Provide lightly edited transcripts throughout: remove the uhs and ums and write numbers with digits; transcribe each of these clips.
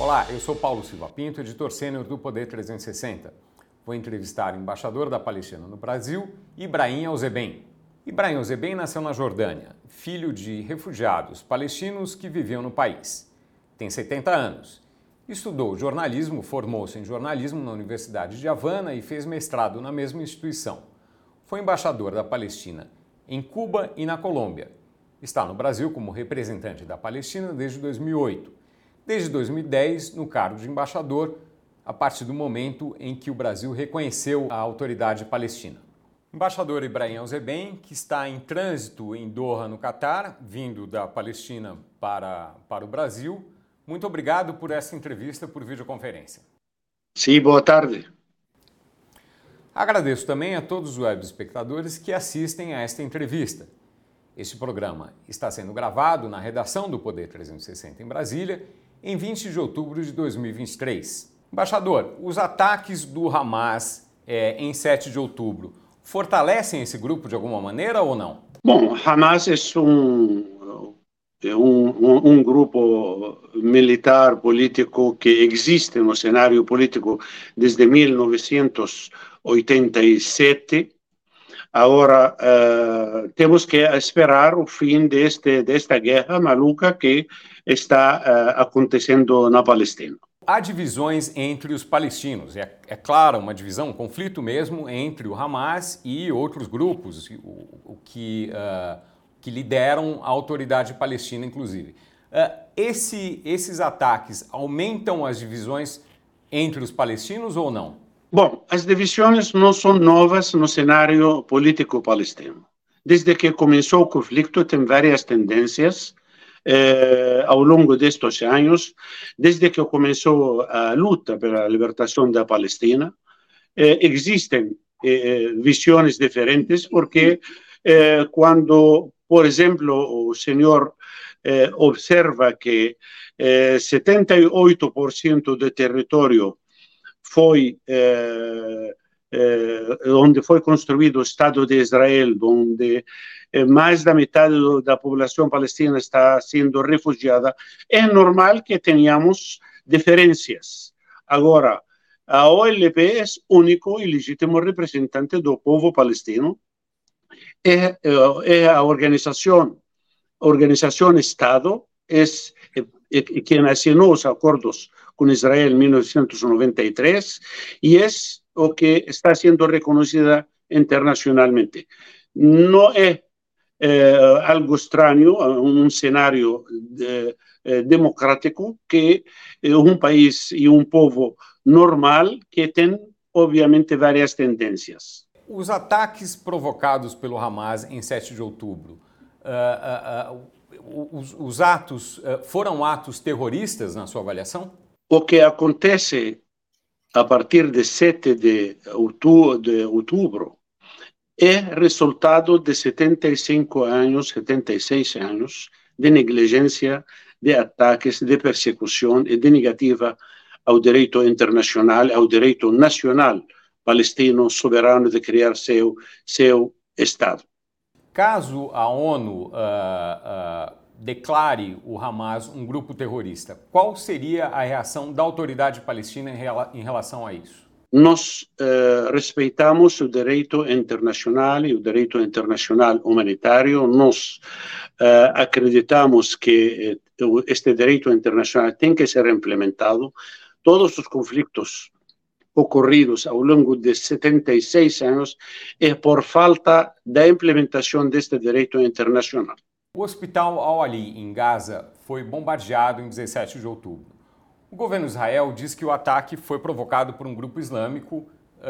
Olá, eu sou Paulo Silva Pinto, editor sênior do Poder 360. Vou entrevistar o embaixador da Palestina no Brasil, Ibrahim Alzeben. Ibrahim Alzeben nasceu na Jordânia, filho de refugiados palestinos que viviam no país. Tem 70 anos. Estudou jornalismo, formou-se em jornalismo na Universidade de Havana e fez mestrado na mesma instituição. Foi embaixador da Palestina em Cuba e na Colômbia. Está no Brasil como representante da Palestina desde 2008. Desde 2010, no cargo de embaixador, a partir do momento em que o Brasil reconheceu a autoridade palestina. Embaixador Ibrahim Alzeben, que está em trânsito em Doha, no Catar, vindo da Palestina para o Brasil. Muito obrigado por essa entrevista por videoconferência. Sim, boa tarde. Agradeço também a todos os web espectadores que assistem a esta entrevista. Este programa está sendo gravado na redação do Poder 360 em Brasília, em 20 de outubro de 2023. Embaixador, os ataques do Hamas em 7 de outubro fortalecem esse grupo de alguma maneira ou não? Bom, Hamas é um grupo militar político que existe no cenário político desde 1987. Agora, temos que esperar o fim desta guerra maluca que está acontecendo na Palestina. Há divisões entre os palestinos. É claro, uma divisão, um conflito mesmo entre o Hamas e outros grupos que lideram a autoridade palestina, inclusive. Esses ataques aumentam as divisões entre os palestinos ou não? Bom, as divisões não são novas no cenário político palestino. Desde que começou o conflito, tem várias tendências ao longo destes anos. Desde que começou a luta pela libertação da Palestina, existem visões diferentes, porque quando, por exemplo, o senhor observa que 78% do território foi onde foi construído o Estado de Israel, onde mais da metade da população palestina está sendo refugiada, é normal que tenhamos diferenças. Agora, a OLP é o único e legítimo representante do povo palestino, é a organização-Estado, quem assinou os acordos com Israel em 1993 e é o que está sendo reconhecida internacionalmente. Não é algo estranho, um cenário democrático que um país e um povo normal que tem, obviamente, várias tendências. Os ataques provocados pelo Hamas em 7 de outubro, os atos foram atos terroristas na sua avaliação? O que acontece a partir de 7 de outubro é resultado de 76 anos de negligência, de ataques, de persecução e de negativa ao direito internacional, ao direito nacional palestino soberano de criar seu Estado. Caso a ONU declare o Hamas um grupo terrorista, qual seria a reação da autoridade palestina em relação a isso? Nós respeitamos o direito internacional e o direito internacional humanitário. Nós acreditamos que este direito internacional tem que ser implementado. Todos os conflitos ocorridos ao longo de 76 anos é por falta da implementação deste direito internacional. O hospital Al-Ali, em Gaza, foi bombardeado em 17 de outubro. O governo de Israel diz que o ataque foi provocado por um grupo islâmico,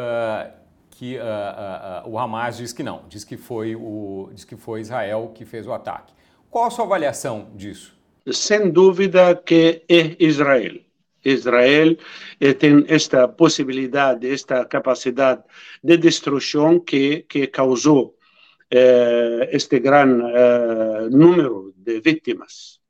o Hamas diz que não, diz que foi Israel que fez o ataque. Qual a sua avaliação disso? Sem dúvida que é Israel. Israel tem esta possibilidade, esta capacidade de destruição que causou este grande número de vítimas.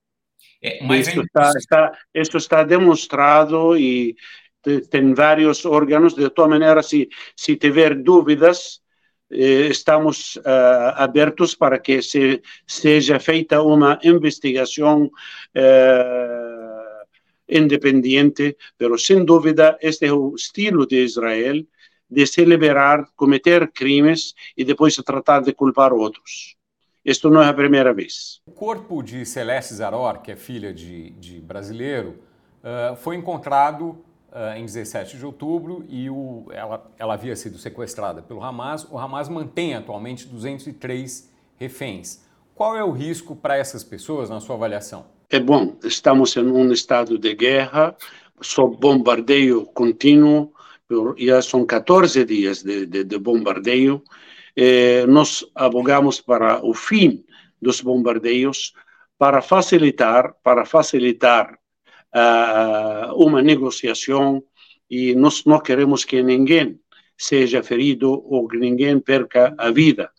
Isso está demonstrado e tem vários órgãos. De toda maneira, se tiver dúvidas, estamos abertos para que seja feita uma investigação independiente, pero sem dúvida este é o estilo de Israel de celebrar, cometer crimes e depois tratar de culpar outros. Isto não é a primeira vez. O corpo de Celeste Zaror, que é filha de brasileiro, foi encontrado em 17 de outubro e ela havia sido sequestrada pelo Hamas. O Hamas mantém atualmente 203 reféns. Qual é o risco para essas pessoas, na sua avaliação? É bom, estamos em um estado de guerra, sob bombardeio contínuo, já são 14 dias de bombardeio. Nós abogamos para o fim dos bombardeios, para facilitar uma negociação, e nós não queremos que ninguém seja ferido ou que ninguém perca a vida.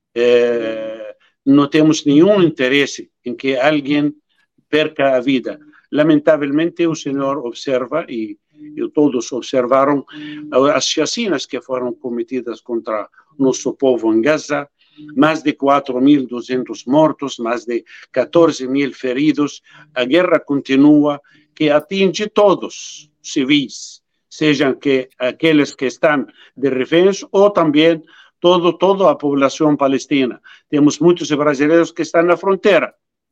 Não temos nenhum interesse em que alguém perca a vida. Lamentavelmente, o senhor observa, e todos observaram, as chacinas que foram cometidas contra nosso povo em Gaza, mais de 4.200 mortos, mais de 14.000 feridos. A guerra continua, que atinge todos civis, sejam aqueles que estão de reféns ou também toda a população palestina. Temos muitos brasileiros que estão na fronteira.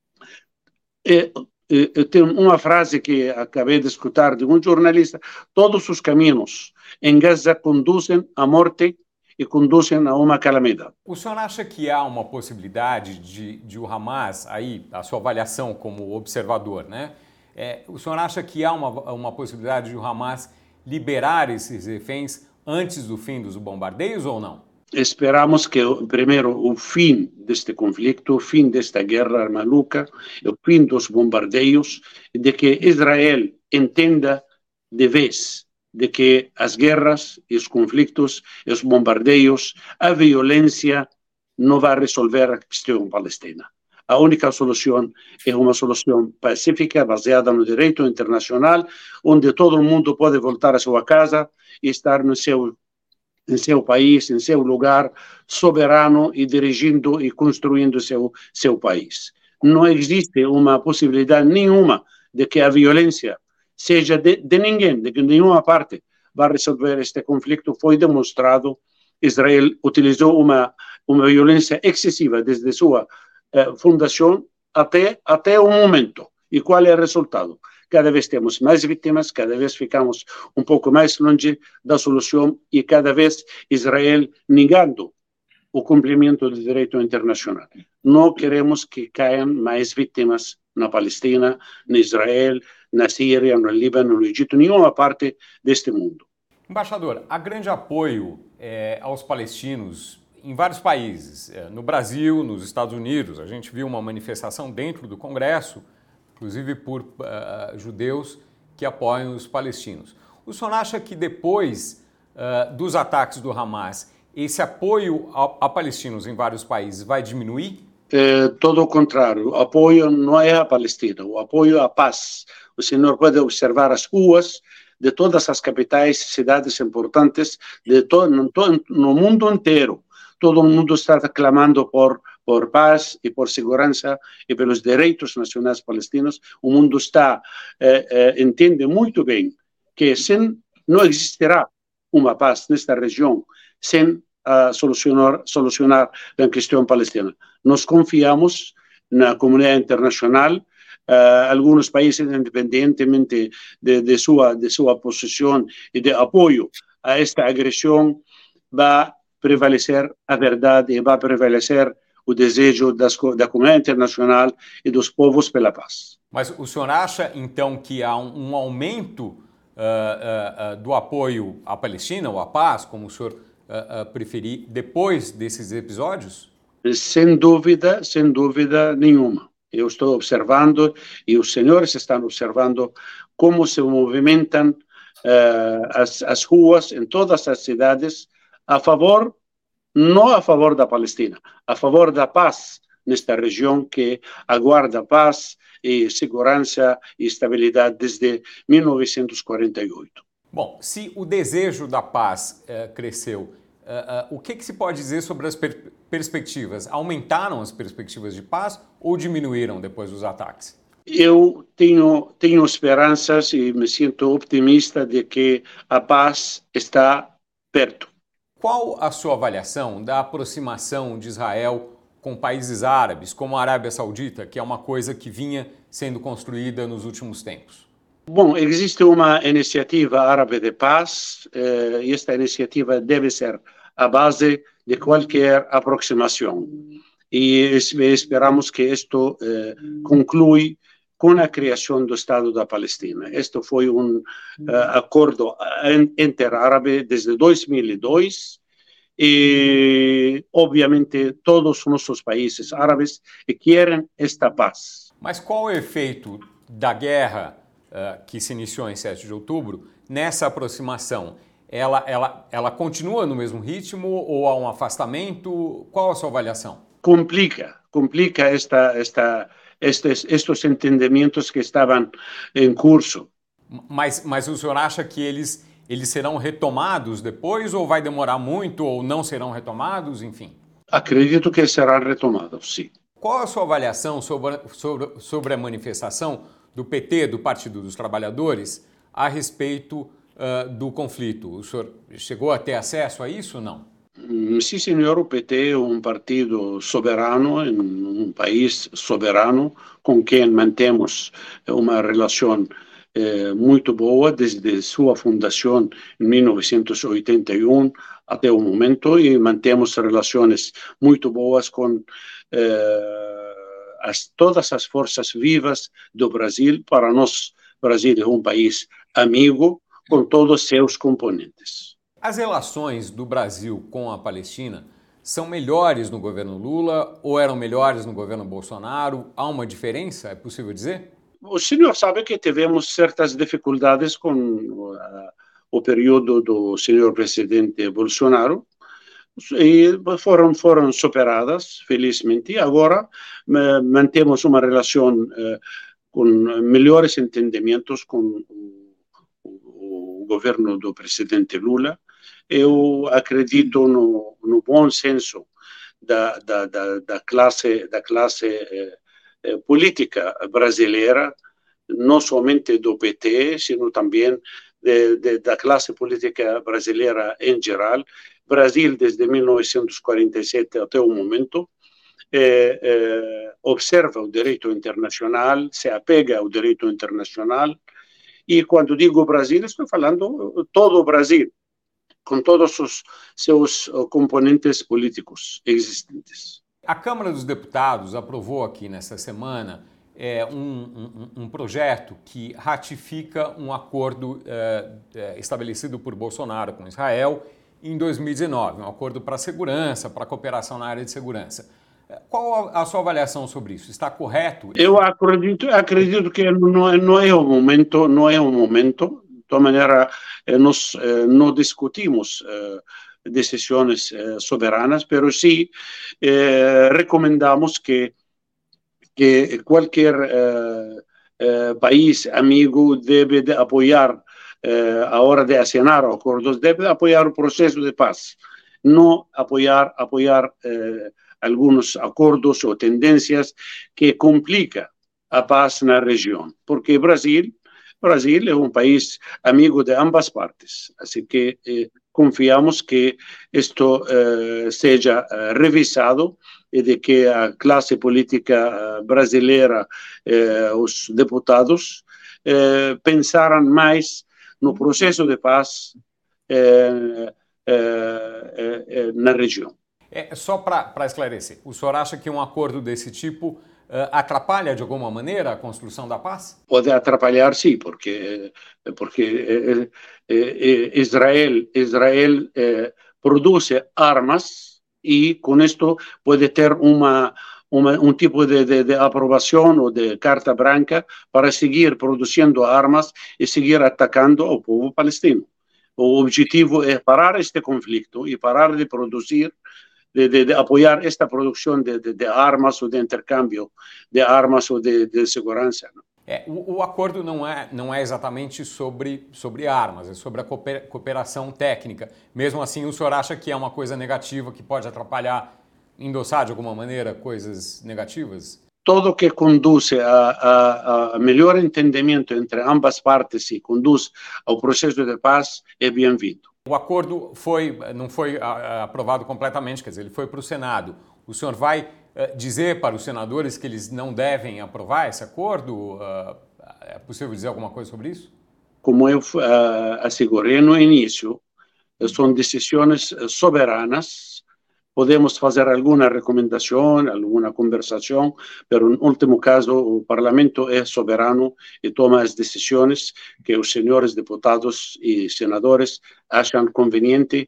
Tem uma frase que acabei de escutar de um jornalista: todos os caminhos em Gaza conduzem à morte e conduzem a uma calamidade. O senhor acha que há uma possibilidade de o Hamas, aí, a sua avaliação como observador, né? O senhor acha que há uma possibilidade de o Hamas liberar esses reféns antes do fim dos bombardeios ou não? Esperamos que, primeiro, o fim deste conflito, o fim desta guerra maluca, o fim dos bombardeios, de que Israel entenda de vez de que as guerras e os conflitos, e os bombardeios, a violência não vai resolver a questão palestina. A única solução é uma solução pacífica, baseada no direito internacional, onde todo mundo pode voltar à sua casa e estar no seu país, em seu lugar, soberano e dirigindo e construindo seu país. Não existe uma possibilidade nenhuma de que a violência seja de ninguém, de que nenhuma parte vai resolver este conflito. Foi demonstrado, Israel utilizou uma violência excessiva desde sua fundação até o momento. E qual é o resultado? Cada vez temos mais vítimas, cada vez ficamos um pouco mais longe da solução e cada vez Israel negando o cumprimento do direito internacional. Não queremos que caiam mais vítimas na Palestina, na Israel, na Síria, no Líbano, no Egito, nenhuma parte deste mundo. Embaixador, há grande apoio aos palestinos em vários países, no Brasil, nos Estados Unidos. A gente viu uma manifestação dentro do Congresso, inclusive por judeus que apoiam os palestinos. O senhor acha que depois dos ataques do Hamas, esse apoio a palestinos em vários países vai diminuir? Todo o contrário. O apoio não é a Palestina, o apoio à paz. O senhor pode observar as ruas de todas as capitais, cidades importantes no mundo inteiro. Todo mundo está clamando por paz e por segurança e pelos direitos nacionais palestinos. O mundo entende muito bem que não existirá uma paz nesta região sem solucionar a questão palestina. Nós confiamos na comunidade internacional. Alguns países, independentemente de sua posição e de apoio a esta agressão, vai prevalecer a verdade e vai prevalecer o desejo da comunidade internacional e dos povos pela paz. Mas o senhor acha, então, que há um aumento do apoio à Palestina ou à paz, como o senhor preferir, depois desses episódios? Sem dúvida nenhuma. Eu estou observando e os senhores estão observando como se movimentam as ruas em todas as cidades não a favor da Palestina, a favor da paz nesta região que aguarda paz e segurança e estabilidade desde 1948. Bom, se o desejo da paz cresceu, o que se pode dizer sobre as perspectivas? Aumentaram as perspectivas de paz ou diminuíram depois dos ataques? Eu tenho esperanças e me sinto optimista de que a paz está perto. Qual a sua avaliação da aproximação de Israel com países árabes, como a Arábia Saudita, que é uma coisa que vinha sendo construída nos últimos tempos? Bom, existe uma iniciativa árabe de paz e esta iniciativa deve ser a base de qualquer aproximação. E esperamos que isto conclui com a criação do Estado da Palestina. Este foi um acordo interárabe desde 2002 e, obviamente, todos os nossos países árabes querem esta paz. Mas qual é o efeito da guerra que se iniciou em 7 de outubro nessa aproximação? Ela continua no mesmo ritmo ou há um afastamento? Qual a sua avaliação? Complica estes entendimentos que estavam em curso. Mas o senhor acha que eles serão retomados depois ou vai demorar muito ou não serão retomados, enfim? Acredito que serão retomados, sim. Qual a sua avaliação sobre a manifestação do PT, do Partido dos Trabalhadores, a respeito do conflito? O senhor chegou a ter acesso a isso ou não? Sim, senhor, o PT é um partido soberano, em um país soberano, com quem mantemos uma relação muito boa desde sua fundação em 1981 até o momento e mantemos relações muito boas com todas as forças vivas do Brasil. Para nós, o Brasil é um país amigo com todos os seus componentes. As relações do Brasil com a Palestina são melhores no governo Lula ou eram melhores no governo Bolsonaro? Há uma diferença? É possível dizer? O senhor sabe que tivemos certas dificuldades com o período do senhor presidente Bolsonaro e foram superadas, felizmente. Agora mantemos uma relação com melhores entendimentos com o governo do presidente Lula. Eu acredito no bom senso da classe política brasileira, não somente do PT, sino também da classe política brasileira em geral. Brasil, desde 1947 até o momento, observa o direito internacional, se apega ao direito internacional, e quando digo Brasil, estou falando todo o Brasil, com todos os seus componentes políticos existentes. A Câmara dos Deputados aprovou aqui nesta semana um projeto que ratifica um acordo estabelecido por Bolsonaro com Israel em 2019, um acordo para segurança, para cooperação na área de segurança. Qual a sua avaliação sobre isso? Está correto? Eu acredito que não é o momento, de toda maneira, nós não discutimos decisões soberanas, mas sim recomendamos que qualquer país amigo deve de apoiar, a hora de assinar acordos, deve apoiar o processo de paz, não apoiar alguns acordos ou tendências que complicam a paz na região, porque Brasil é um país amigo de ambas partes, assim que confiamos que isto seja revisado e de que a classe política brasileira, os deputados, pensaram mais no processo de paz na região. Só para esclarecer, o senhor acha que um acordo desse tipo atrapalha de alguma maneira a construção da paz? Pode atrapalhar, sim, porque Israel produz armas e com isto pode ter um tipo de aprovação ou de carta branca para seguir produzindo armas e seguir atacando o povo palestino. O objetivo é parar este conflito e parar de produzir, de apoiar esta produção de armas ou de intercâmbio de armas ou de segurança. O acordo não é exatamente sobre armas, é sobre a cooperação técnica. Mesmo assim, o senhor acha que é uma coisa negativa que pode atrapalhar, endossar de alguma maneira coisas negativas? Todo que conduz a melhor entendimento entre ambas partes e conduz ao processo de paz é bem-vindo. O acordo não foi aprovado completamente, quer dizer, ele foi para o Senado. O senhor vai dizer para os senadores que eles não devem aprovar esse acordo? É possível dizer alguma coisa sobre isso? Como eu assegurei no início, são decisões soberanas. Podemos fazer alguma recomendação, alguma conversação, mas, em último caso, o Parlamento é soberano e toma as decisões que os senhores deputados e senadores acham conveniente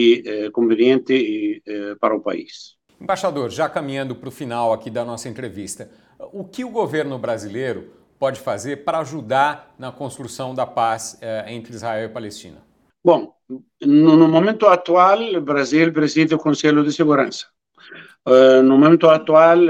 para o país. Embaixador, já caminhando para o final aqui da nossa entrevista, o que o governo brasileiro pode fazer para ajudar na construção da paz entre Israel e Palestina? Bom, no momento atual, o Brasil preside o Conselho de Segurança. No momento atual,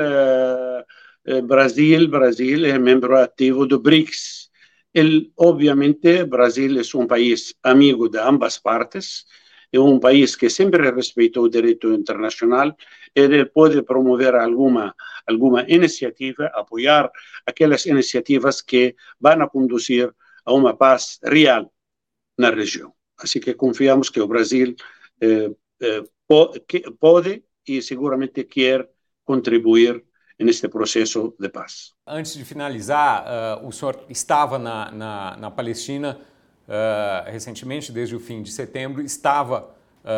Brasil é membro ativo do BRICS. Obviamente, Brasil é um país amigo de ambas partes, é um país que sempre respeitou o direito internacional e ele pode promover alguma iniciativa, apoiar aquelas iniciativas que vão conduzir a uma paz real na região. Assim que confiamos que o Brasil pode e seguramente quer contribuir neste processo de paz. Antes de finalizar, o senhor estava na Palestina recentemente, desde o fim de setembro, estava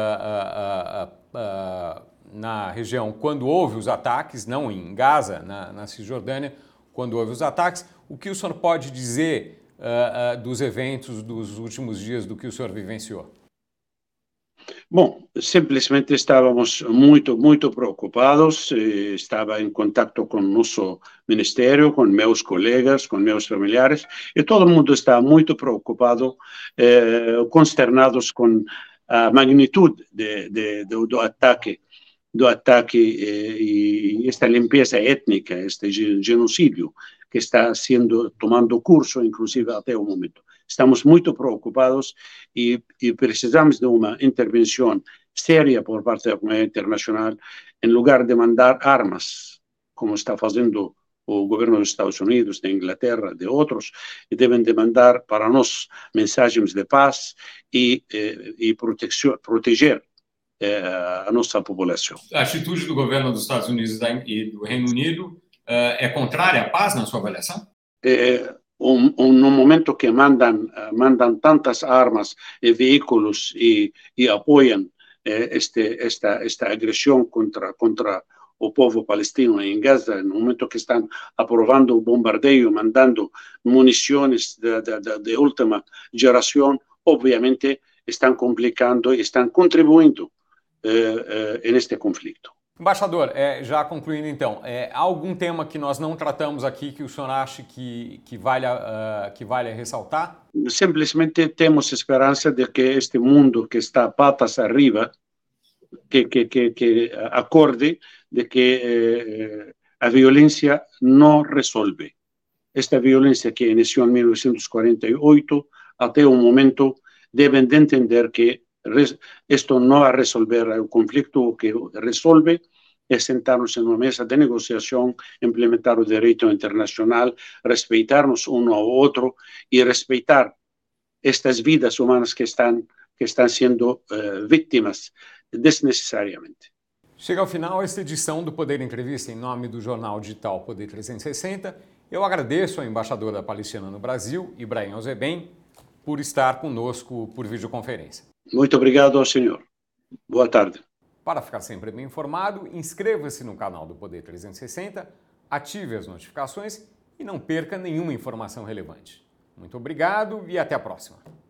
na região quando houve os ataques, não em Gaza, na Cisjordânia, quando houve os ataques. O que o senhor pode dizer dos eventos dos últimos dias, do que o senhor vivenciou? Bom, simplesmente estávamos muito preocupados, estava em contato com o nosso ministério, com meus colegas, com meus familiares, e todo mundo está muito preocupado, consternados com a magnitude do ataque e esta limpeza étnica, este genocídio que está tomando curso, inclusive até o momento. Estamos muito preocupados e precisamos de uma intervenção séria por parte da comunidade internacional, em lugar de mandar armas, como está fazendo o governo dos Estados Unidos, da Inglaterra, de outros, e devem demandar para nós mensagens de paz e proteger a nossa população. A atitude do governo dos Estados Unidos e do Reino Unido é contrária à paz, na sua avaliação? No momento que mandam tantas armas e veículos e apoiam esta agressão contra o povo palestino em Gaza, no momento que estão aprovando o bombardeio, mandando munições de última geração, obviamente estão complicando e estão contribuindo neste conflito. Embaixador, já concluindo então, há algum tema que nós não tratamos aqui que o senhor acha que vale ressaltar? Simplesmente temos esperança de que este mundo que está patas arriba, que acorde de que a violência não resolve. Esta violência que iniciou em 1948, até o momento, devem de entender que isto não vai resolver o conflito. O que resolve é sentarmos em uma mesa de negociação, implementar o direito internacional, respeitarmos um ao outro e respeitar estas vidas humanas que estão sendo vítimas desnecessariamente. Chega ao final esta edição do Poder Entrevista. Em nome do jornal digital Poder 360, eu agradeço ao embaixador da Palestina no Brasil, Ibrahim Euzeben, por estar conosco por videoconferência. Muito obrigado ao senhor. Boa tarde. Para ficar sempre bem informado, inscreva-se no canal do Poder 360, ative as notificações e não perca nenhuma informação relevante. Muito obrigado e até a próxima.